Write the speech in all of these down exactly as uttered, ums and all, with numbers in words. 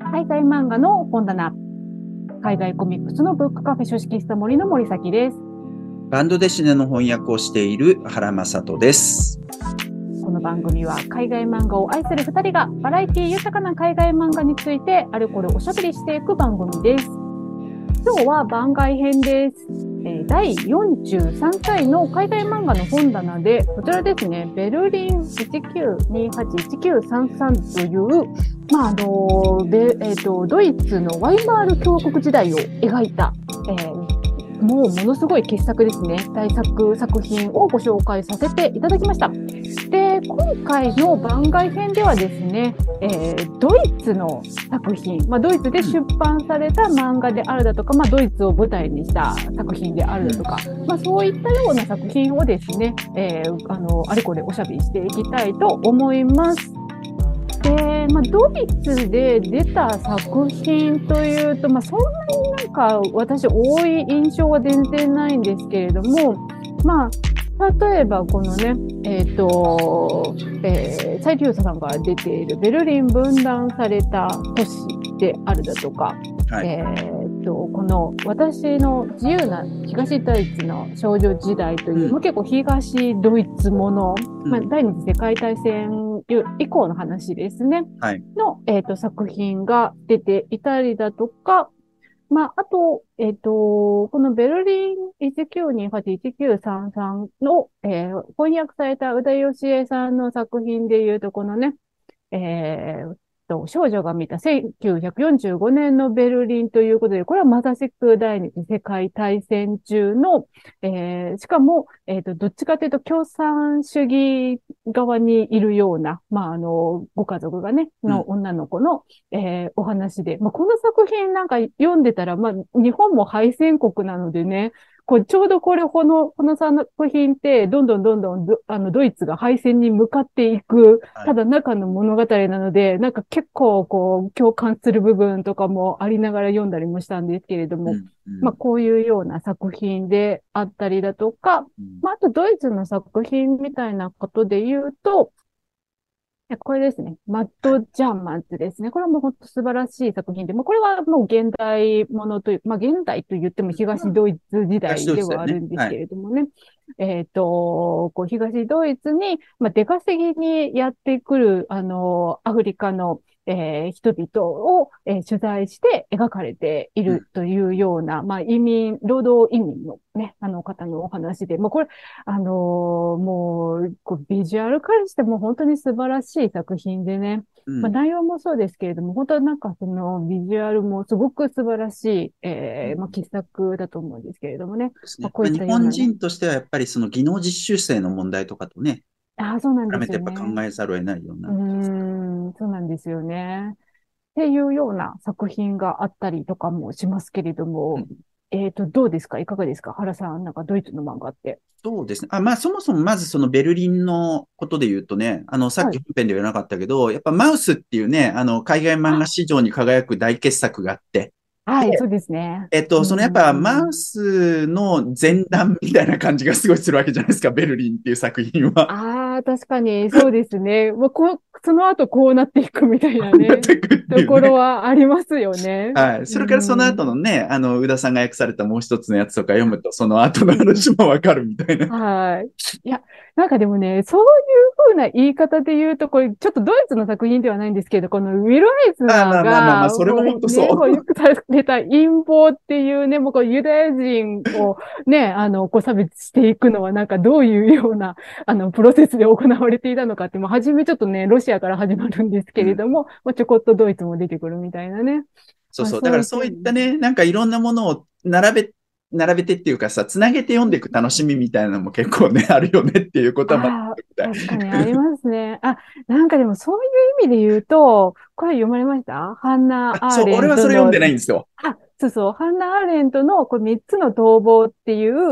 海外漫画の本棚、海外コミックスのブックカフェ書式室森の森崎です。 バンドデシネの翻訳をしている原正人です。 この番組は海外漫画を愛するふたりがバラエティ豊かな海外漫画についてあれこれおしゃべりしていく番組です。今日は番外編です。えー、だいよんじゅうさんかいの海外漫画の本棚で、こちらですね、ベルリンいちきゅうにはちいちきゅうさんさんという、まあ、あの、で、えっと、ドイツのワイマール共和国時代を描いた、えー、もうものすごい傑作ですね。大作作品をご紹介させていただきました。で、今回の番外編ではですね、えー、ドイツの作品、まあ、ドイツで出版された漫画であるだとか、まあ、ドイツを舞台にした作品であるだとか、まあ、そういったような作品をですね、えー、あの、あれこれおしゃべりしていきたいと思います。で、まあ、ドイツで出た作品というと、まあ、そんなになんか私多い印象は全然ないんですけれども、まあ、例えばこのね、えっ、ー、と、えー、サイリューサさんが出ているベルリン分断された都市であるだとか、はい、えっ、と、この私の自由な東ドイツの少女時代という、うん、結構東ドイツもの、うん、まあ、第二次世界大戦以降の話ですね、はい、の、えっ、ー、と、作品が出ていたりだとか、まあ、あと、えっ、ー、と、このベルリンいちきゅうにはちいちきゅうさんさんの、えー、翻訳された宇田義恵さんの作品でいうと、このね、えー、と少女が見たせんきゅうひゃくよんじゅうごねんのベルリンということで、これはまさしく第二次世界大戦中の、えー、しかも、えっ、ー、と、どっちかというと共産主義側にいるような、まあ、あの、ご家族がね、の女の子の、うん、えー、お話で、まあ、この作品なんか読んでたら、まあ、日本も敗戦国なのでね、こうちょうどこれ、この、この作品って、どんどんどんどんど、あの、ドイツが敗戦に向かっていく、ただ中の物語なので、なんか結構、こう、共感する部分とかもありながら読んだりもしたんですけれども、うんうん、まあ、こういうような作品であったりだとか、うん、まあ、あとドイツの作品みたいなことで言うと、これですね。マッド・ジャーマンズですね。これはもう本当素晴らしい作品で、もうこれはもう現代ものという、まあ現代と言っても東ドイツ時代ではあるんですけれどもね。ねはい、えっ、ー、と、こう東ドイツに、まあ出稼ぎにやってくる、あの、アフリカの、えー、人々を、えー、取材して描かれているというような、うん、まあ移民、労働移民のね、あの方のお話で、もうこれ、あのー、もう、こうビジュアルからしても本当に素晴らしい作品でね、うん、まあ内容もそうですけれども、本当なんかそのビジュアルもすごく素晴らしい、えー、まあ傑作だと思うんですけれどもね。 ですね。まあ、こういったような、ね、日本人としてはやっぱりその技能実習生の問題とかとね、 ああ、そうなんですよね。 やっぱ考えざるを得ないような。 うーん、そうなんですよね。っていうような作品があったりとかもしますけれども、うん、えっと、どうですかいかがですか原さん、なんかドイツの漫画って。 そうですね。あ、まあ、そもそもまずそのベルリンのことで言うとね、あの、さっき本編ではなかったけど、はい、やっぱマウスっていうね、あの、海外漫画史上に輝く大傑作があって、 はい、そうですね。 えっと、そのやっぱマウスの前段みたいな感じがすごいするわけじゃないですか、ベルリンっていう作品は。 ああ、確かに、そうですね。もうこう、その後こうなっていくみたいなね、 ねところはありますよね。 はい。それからその後のね、あの、宇田さんが訳されたもう一つのやつとか読むと、その後の話もわかるみたいな。 はい。いや、なんかでもね、そういうふうな言い方で言うと、これ、ちょっとドイツの作品ではないんですけど、このウィル・エイスあナーまあまあまあまあ、 が、 それも本当ね、 そう。 こうよくされた陰謀っていうね、もうこうユダヤ人をね、あの、こう差別していくのはなんかどういうような、あの、プロセスで行われていたのかって、もう初めちょっとね、ロシアから始まるんですけれども、うん、まあ、ちょこっとドイツも出てくるみたいなね。 そうそう。だからそういったね、なんかいろんなものを並べ、並べてっていうかさ、つなげて読んでいく楽しみみたいなのも結構ね、あるよねっていうことはまああ、確かにありますね。あ、なんかでもそういう意味で言うと、これ読まれましたハンナ・あ、そう、 アーレ俺はそれ読んントの、 でないんですよ。 あ、そうそう、ハンナ・アーレントのこうみっつの逃亡っていう、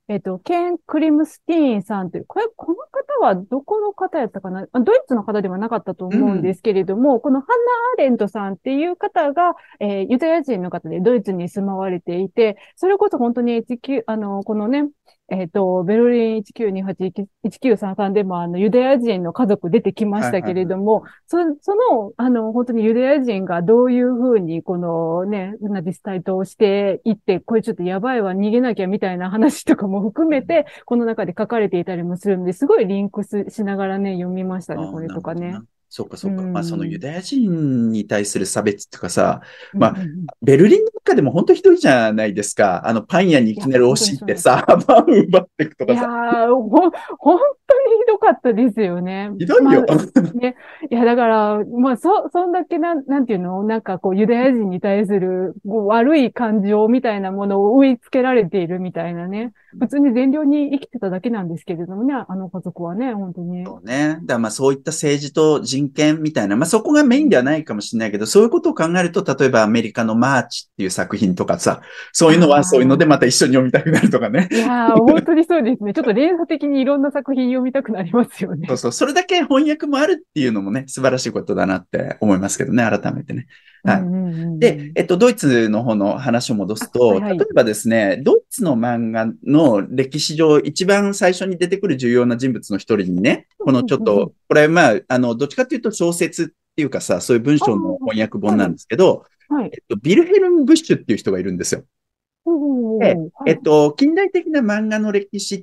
えっと、ケン・クリムスティーンさんという、これ、この方はどこの方やったかなあ、ドイツの方ではなかったとうん。 思うんですけれども、このハンナ・アーレントさんっていう方が、えーユダヤ人の方でドイツに住まわれていて、それこそ本当にいちきゅう、あの、このね、えっと、ベルリンいちきゅうにはち、いちきゅうさんさんでもあの、ユダヤ人の家族出てきましたけはいはいはい。 れども、そ、その、あの、本当にユダヤ人がどういうふうに、このね、ナチス台頭していって、これちょっとやばいわ、逃げなきゃみたいな話とかも含めて、この中で書かれていたりもするんで、すごいリンクしながらね、読みましたね、 ああ、 これなるほどな。 とかね。 そうかうそうか。まあそのユん。 ダヤ人に対する差別とかさ、 うんまあ、 うんうん。 ベルリンの中でも本当ひどいじゃないですか。あのパン屋にいいや、 きなり押本当にし入ってさ、 そうです。 パン奪っていくといやかさ、 ー、ほ、本当にひどかったですよね。 ひどいよ。 まあ、ね。いや、だから、まあ、そ、そんだけなん、なんていうのなんかこう、ユダヤ人に対するこう悪い感情みたいなものを植え付けられているみたいなね。普通に善良に生きてただけなんですけれどもね、あの家族はね、本当に。 そうね。だからまあそういった政治と人権みたいな、まあそこがメインではうんないかもしれないけど、そういうことを考えると、例えばアメリカのマーチっていう作品とかさ、そういうのはそういうのでまたああ。 一緒に読みたくなるとかね。 いやー、本当にそうですね。ちょっと連鎖的にいろんな作品読みたくなりますよね。 そうそう。それだけ翻訳もあるっていうのもね、素晴らしいことだなって思いますけどね、改めてね。はい。 うんうんうんうで、 ん。 えっと、ドイツの方の話を戻すあ、はと、 いはい。 例えばですね、ドイツの漫画の歴史上一番最初に出てくる重要な人物の一人にね、このちょっと、 うんうんうんうん。 これまあ、あの、どっちかというと小説っていうかさ、そういう文ああ、 章の翻訳本なんはい。 ですけど、 はい。 えっと、ビルヘルム・ブッシュっていう人がいるんですよ。 おで、 お、はい。 えっと、近代的な漫画の歴史って、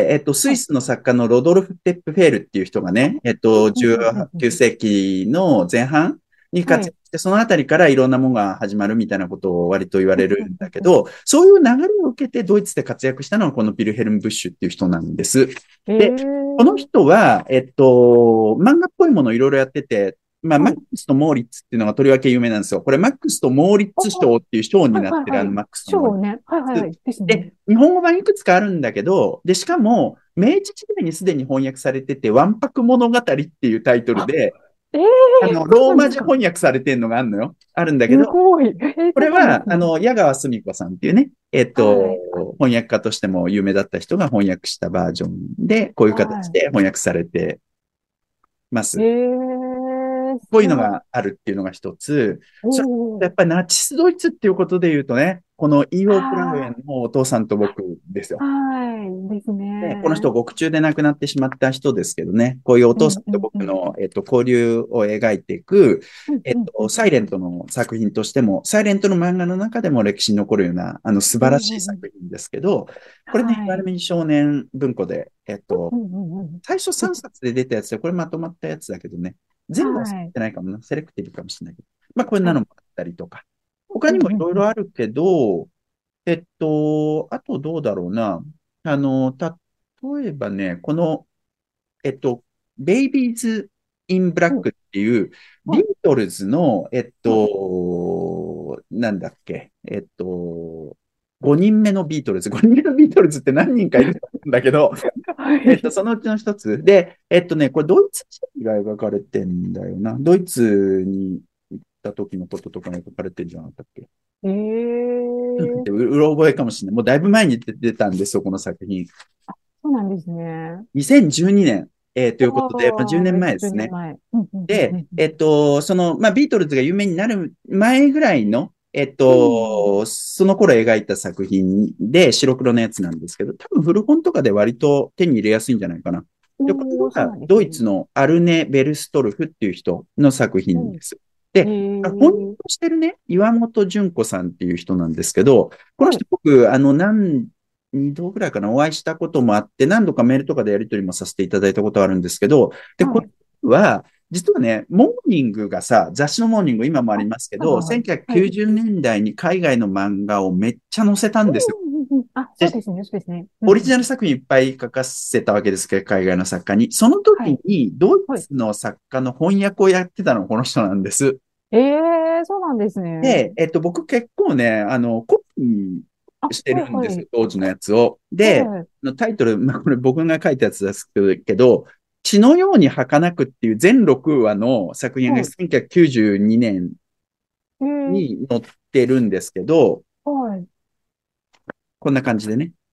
えっと、スはい。 イスの作家のロドルフ・テップフェールっていう人があ、 ね、えっうんと、 うんうんうんうん。 じゅうきゅう世紀の前半にはい。 活躍して、そのあたりからいろんなものが始まるみたいなことを割と言わうんれるんうんうんうん。 だけど、そういう流れを受けてドイツで活躍したのがこのビルヘルム・ブッシュっていう人なんです。 えで、このえ、 人は、えっと、漫画っぽいものをいろいろやってて、まあ、マックはい。 スとモーリッツっていうのがとりわけ有名なんですよ。これ、マックスとモーリッあ、 ツ賞っていう賞にはいなってる、あの、 はいはい。 マックスとモーリッ賞ね。はいはいはツ。 い。ですね。 で、日本語版いくつかあるんだけど、で、しかも、明治時代にすでに翻訳されてて、わんぱく物語っていうタイトルあ、 で、 ええ、 あの、 そうローマ字なんですか。 翻訳されてるのがあるのよ。あるんだけすど、 ごい。ええ、そうなんでこれは、 すね。 あの、矢川澄子さんっていうね、えっと、 はい。 翻訳家としても有名だった人が翻訳したバージョンで、こういう形はで翻訳されてまい。えす。 え、 こういうのそう。 があるっていうのが一つ。 おそれやお。 っぱりナチスドイツっていうことで言うとね、このイーオー・プラウェあンのお父さんと僕ですあ、 よ。 はい。ですね、このね。 人、獄中で亡くなってしまった人ですけどね、こういうおうん父さんとうんうん。 僕の、えっと、交流を描いていく、 うんえっと、 うんうん。 サイレントの作品としても、サイレントの漫画の中でも歴史に残るような、あの、素うん晴らしいうんうん。 作品ですけど、これね、 はい。 丸見少年文庫で、えっと、 うんうんうん。 最初でさんさつで出たやつで、これまとまったやつだけどね、全部は知っはい。 てないかもな、セレクティブかもしれないけど、まあ、これはい。 なのもあったりとか、他うんにもいろいうんうん。 ろあるけど、えっと、あとどうだろうな。あの、例えばね、この、えっと、ベイビーズ・イン・ブラッうん。 クっていう、ビーはい。 トルズの、えっはい。 と、なんだっけ、えっと、ごにんめのビートルズ。ごにんめのビートルズって何人かいると思うんだけど、えっと、 はい。 そのうちの一つ。で、えっとね、これドイツ人が描かれてんだよな。ドイツに行った時のこととかが描かれてんじゃなかったっけ。 ええ、 でううろ覚えかもしれない。もうだいぶ前に出てたんですよ、この作品。 そうなんですね。 にせんじゅうにねん、えーということで、まあ、10 ああ、 年えっと、10 前ですね。 年前。うんうんうんうで、 んえっと、その、まあ、ビートルズが有名になる前ぐらいの、えっうん。うん。 と、その頃描いた作品で白黒のやつなんですけど、多分古本とかで割と手に入れやすいんじゃないかな。で、こおー、そうれはなんですね。 ドイツのアルネ・ベルストルフっていう人の作品うん。 です。で、本ええ、 としてるね、岩本純子さんっていう人なんですけど、このはい。 人僕、あの、何、二度ぐらいかな、お会いしたこともあって、何度かメールとかでやり取りもさせていただいたことあるんですけど、で、こはい。 れは、実はね、モーニングがさ、雑誌のモーニング今もああ、 りますけど、 はいはいはい。はい。 せんきゅうひゃくきゅうじゅうねんだいに海外の漫画をめっちゃ載せたんですよ。 うんうんうんうん。あ、そうで、 ですね、そうですね。うんオリうん。 ジナル作品いっぱい書かせたわけですけど、海外の作家に。そのはい。 時に、ドイはい。 ツの作家の翻訳をやってたのがこの人なんです。 ええ、そうなんですね。 で、えっと、僕結構ね、あの、コピあ、 ーしてはいはい。 るんですよ、当時のやつを。で、 はい。 のタイトル、まあ、これ僕が書いたやつですけど、血のように儚くっていう全ろくわの作品がはい。 せんきゅうひゃくきゅうじゅうにねんええ、 に載ってるんですけど、 はい。 こんな感じでね。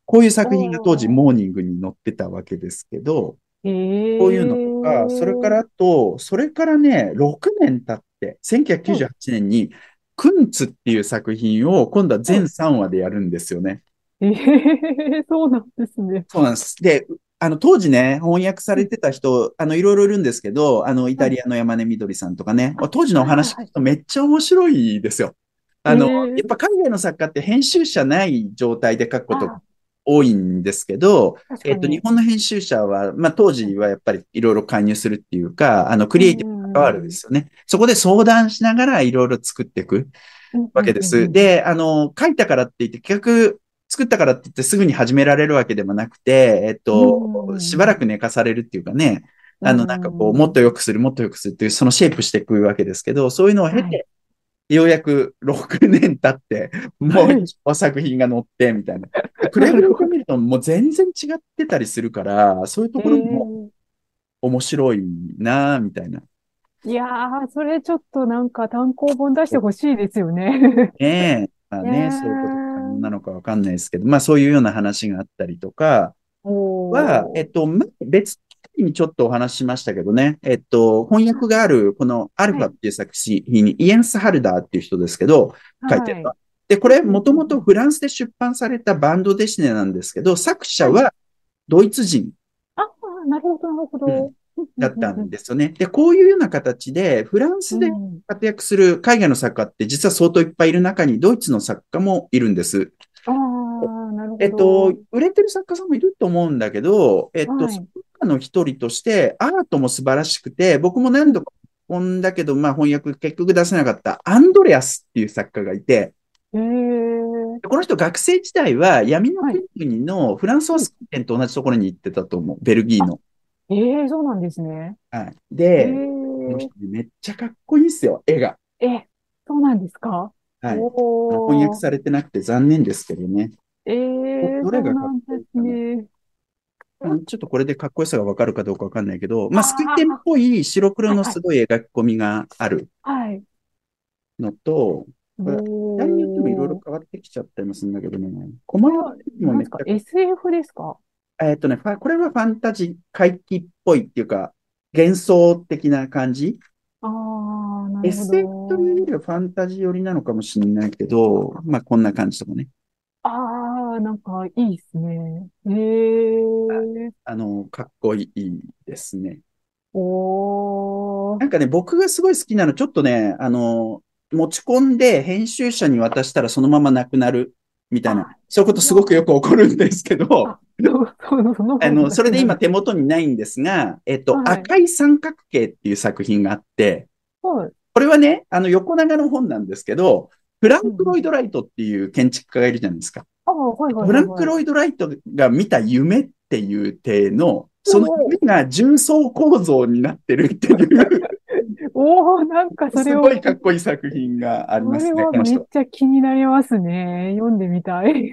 こういう作品が当時おー。 モーニングに載ってたわけですけど、こういうのとか、それかええらあと、それからね、ろくねん経って、1998 はい。 年に、クンツっていう作品を今度ははい。 全さんわでやるんですよね。 ええそうなんですね。 そうなんです。で、あの、当時ね、翻訳さうんれてた人、あの、いろいろいるんですけど、あの、イはい。 タリアの山根みどりさんとかね、 あ、 当時のおはいはいはい。 話聞くとめっちゃ面白いですよ。あの、やっぱええ海外の作家って編集者ない状態で書くことがあ、 多いんですけど、えっと、日確かに。 本の編集者は、まあ、当時はやっぱりいろいろ介入するっていうか、あの、クうリエイティブに関わるんでん。 すよね。そこで相談しながらいろいろ作っていくうんうんわけです。 うんうん。 で、あの、書いたからって言って、企画作ったからって言ってすぐに始められるわけでもなくて、えっうと、しばらん。 く寝かされるっていうかね、 うあの、なんかこう、もっん。 と良くする、もっと良くするっていう、そのシェイプしていくわけですけど、そういうのを経はい。 て、ようやくろくねん経って、もうはい。 一個作品が載って、みたいな。比べなるほど。 てみると、もう全然違ってたりするから、そういうとえころもえ面白いな、みたいな。 いやー、それちょっとなんか単行本出してほしいですよね。 ねえ、まあいやね、そういうこと可能なー。 のかわかんないですけど、まあそういうような話があったりとかは、えおー。 っと、ま別にちょっとお話ししましたけどね、えっと、翻訳がある、このアルはい。 ファっていう作品に、イエンス・ハルダーっていう人ですけど、書いてるはい。 の。で、これ、 うんうんもともとうんうんフランスで出版されたバンドデシネなんですけど、作者はい。 はドイツ人、 ああ、なるほど、なるほうん、 ど。うんうだったんうんんですよね。で、こういうような形で、フランスでうん。うん。 活躍する海外の作家って実は相当いっぱいいる中に、ドイツの作家もいるんです。 ああ、なるほえっと、 ど。 売れてる作家さんもいると思うんだけど、えっと、そはい。 の中の一人として、アートも素晴らしくて、僕も何度か本だけど、まあ翻訳結局出せなかったアンドレアスっていう作家がいて、 ええこの人学生時代は闇のはい。 国々のフランソワうんス店と同じところに行ってたと思う。ベルギーあ、 の。 ええそうなんですね。 はい。 えで、このえ人ね、めっちゃかっこいいんですよ、絵が。 え、そうなんですかはい。あの翻訳おー。 されてなくて残念ですけどね。 ええどれがかっそうなんですこいいかな。 ね。 うん、ちょっとこれでかっこよさがわかるかどうかわかんないけど、まあ、スクイテンっあぽい白黒あ、はいはい。 のすごい描き込みがあるはい。 のと、これ、時代によってもいろいろおー。 変わってきちゃったりもするんだけどね、 これは、 小回りもなんですかめっちゃか、 エスエフ ですかえっとね、ファこれはファンタジー回帰っぽいっていうか、幻想的な感じ。 ああー、なるほエスエフ というよど。 りはファンタジー寄りなのかもしれないけど、まあこんな感じとかね。 ああ、なんかいいですね。ええあの、かっこいいですね。 おー。 なんかね、僕がすごい好きなの、ちょっとね、あの、持ち込んで編集者に渡したらそのままなくなるみたいな、 あ、 そういうことすごくよく起こるんですけど、 あ、そう、そう、そのままあの、それでなくなる。 今手元にないんですが、えっと、 はい。 赤い三角形っていう作品があって、 はい。 これはね、あの、横長の本なんですけど、フランク・うんうん。 ロイド・ライトっていう建築家がいるじゃないですか。 ああ、はいはいフランク・はいはい。 ロイド・ライトが見た夢っていう体の、 おその夢お、 が重層構造になってるっていうおお、なんかそれを、 すごいかっこいい作品がありそれますね、この人。 はめっちゃ気になりますね。読んでみたい。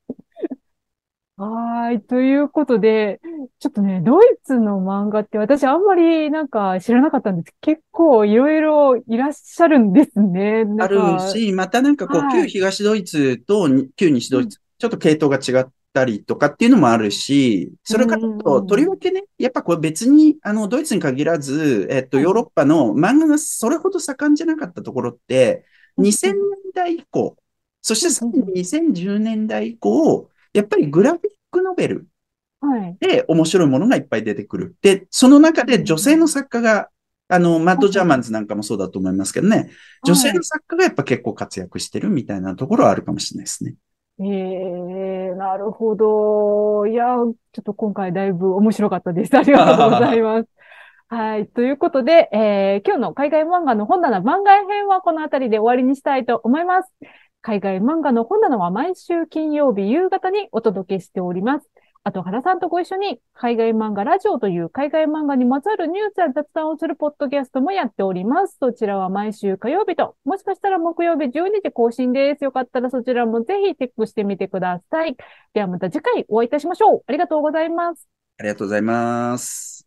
はーい。ということで、ちょっとね、ドイツの漫画って私あんまりなんか知らなかったんです。結構いろいろいらっしゃるんですね。なあんか、 るし、またなんかこう、旧はい。 東ドイツとに旧西うん。 ドイツ、ちょっと系統が違ったりとかっていうのもあるし、 うそれからと、とん。うんりわけね、やっぱこれ別に、あの、ドイツに限らず、えっと、 はい。 ヨーロッパの漫画がそれほど盛んじゃなかったところって、 うん。 にせんねうん。 んだい以降、そしうん。 てさらにうんにせんじゅうねんだい以降、やっぱりグラフィックノベルはい。 で面白いものがいっぱい出てくる。で、その中で女性の作家が、あの、マッド・ジャーマンズなんかもそうだと思いますけどね、女性はい。 の作家がやっぱ結構活躍してるみたいなところはあるかもしれないですね。 ええなるほど。いや、ちょっと今回だいぶ面白かったです。ありがとうございます。はい。ということで、えー今日の海外漫画の本棚番外編はこの辺りで終わりにしたいと思います。海外漫画の本棚は毎週金曜日夕方にお届けしております。あと、原さんとご一緒に海外漫画ラジオという海外漫画にまつわるニュースや雑談をするポッドキャストもやっております。そちらは毎週火曜日と、もしかしたら木曜日じゅうにじ更新です。よかったらそちらもぜひチェックしてみてください。ではまた次回お会いいたしましょう。ありがとうございます。 ありがとうございます。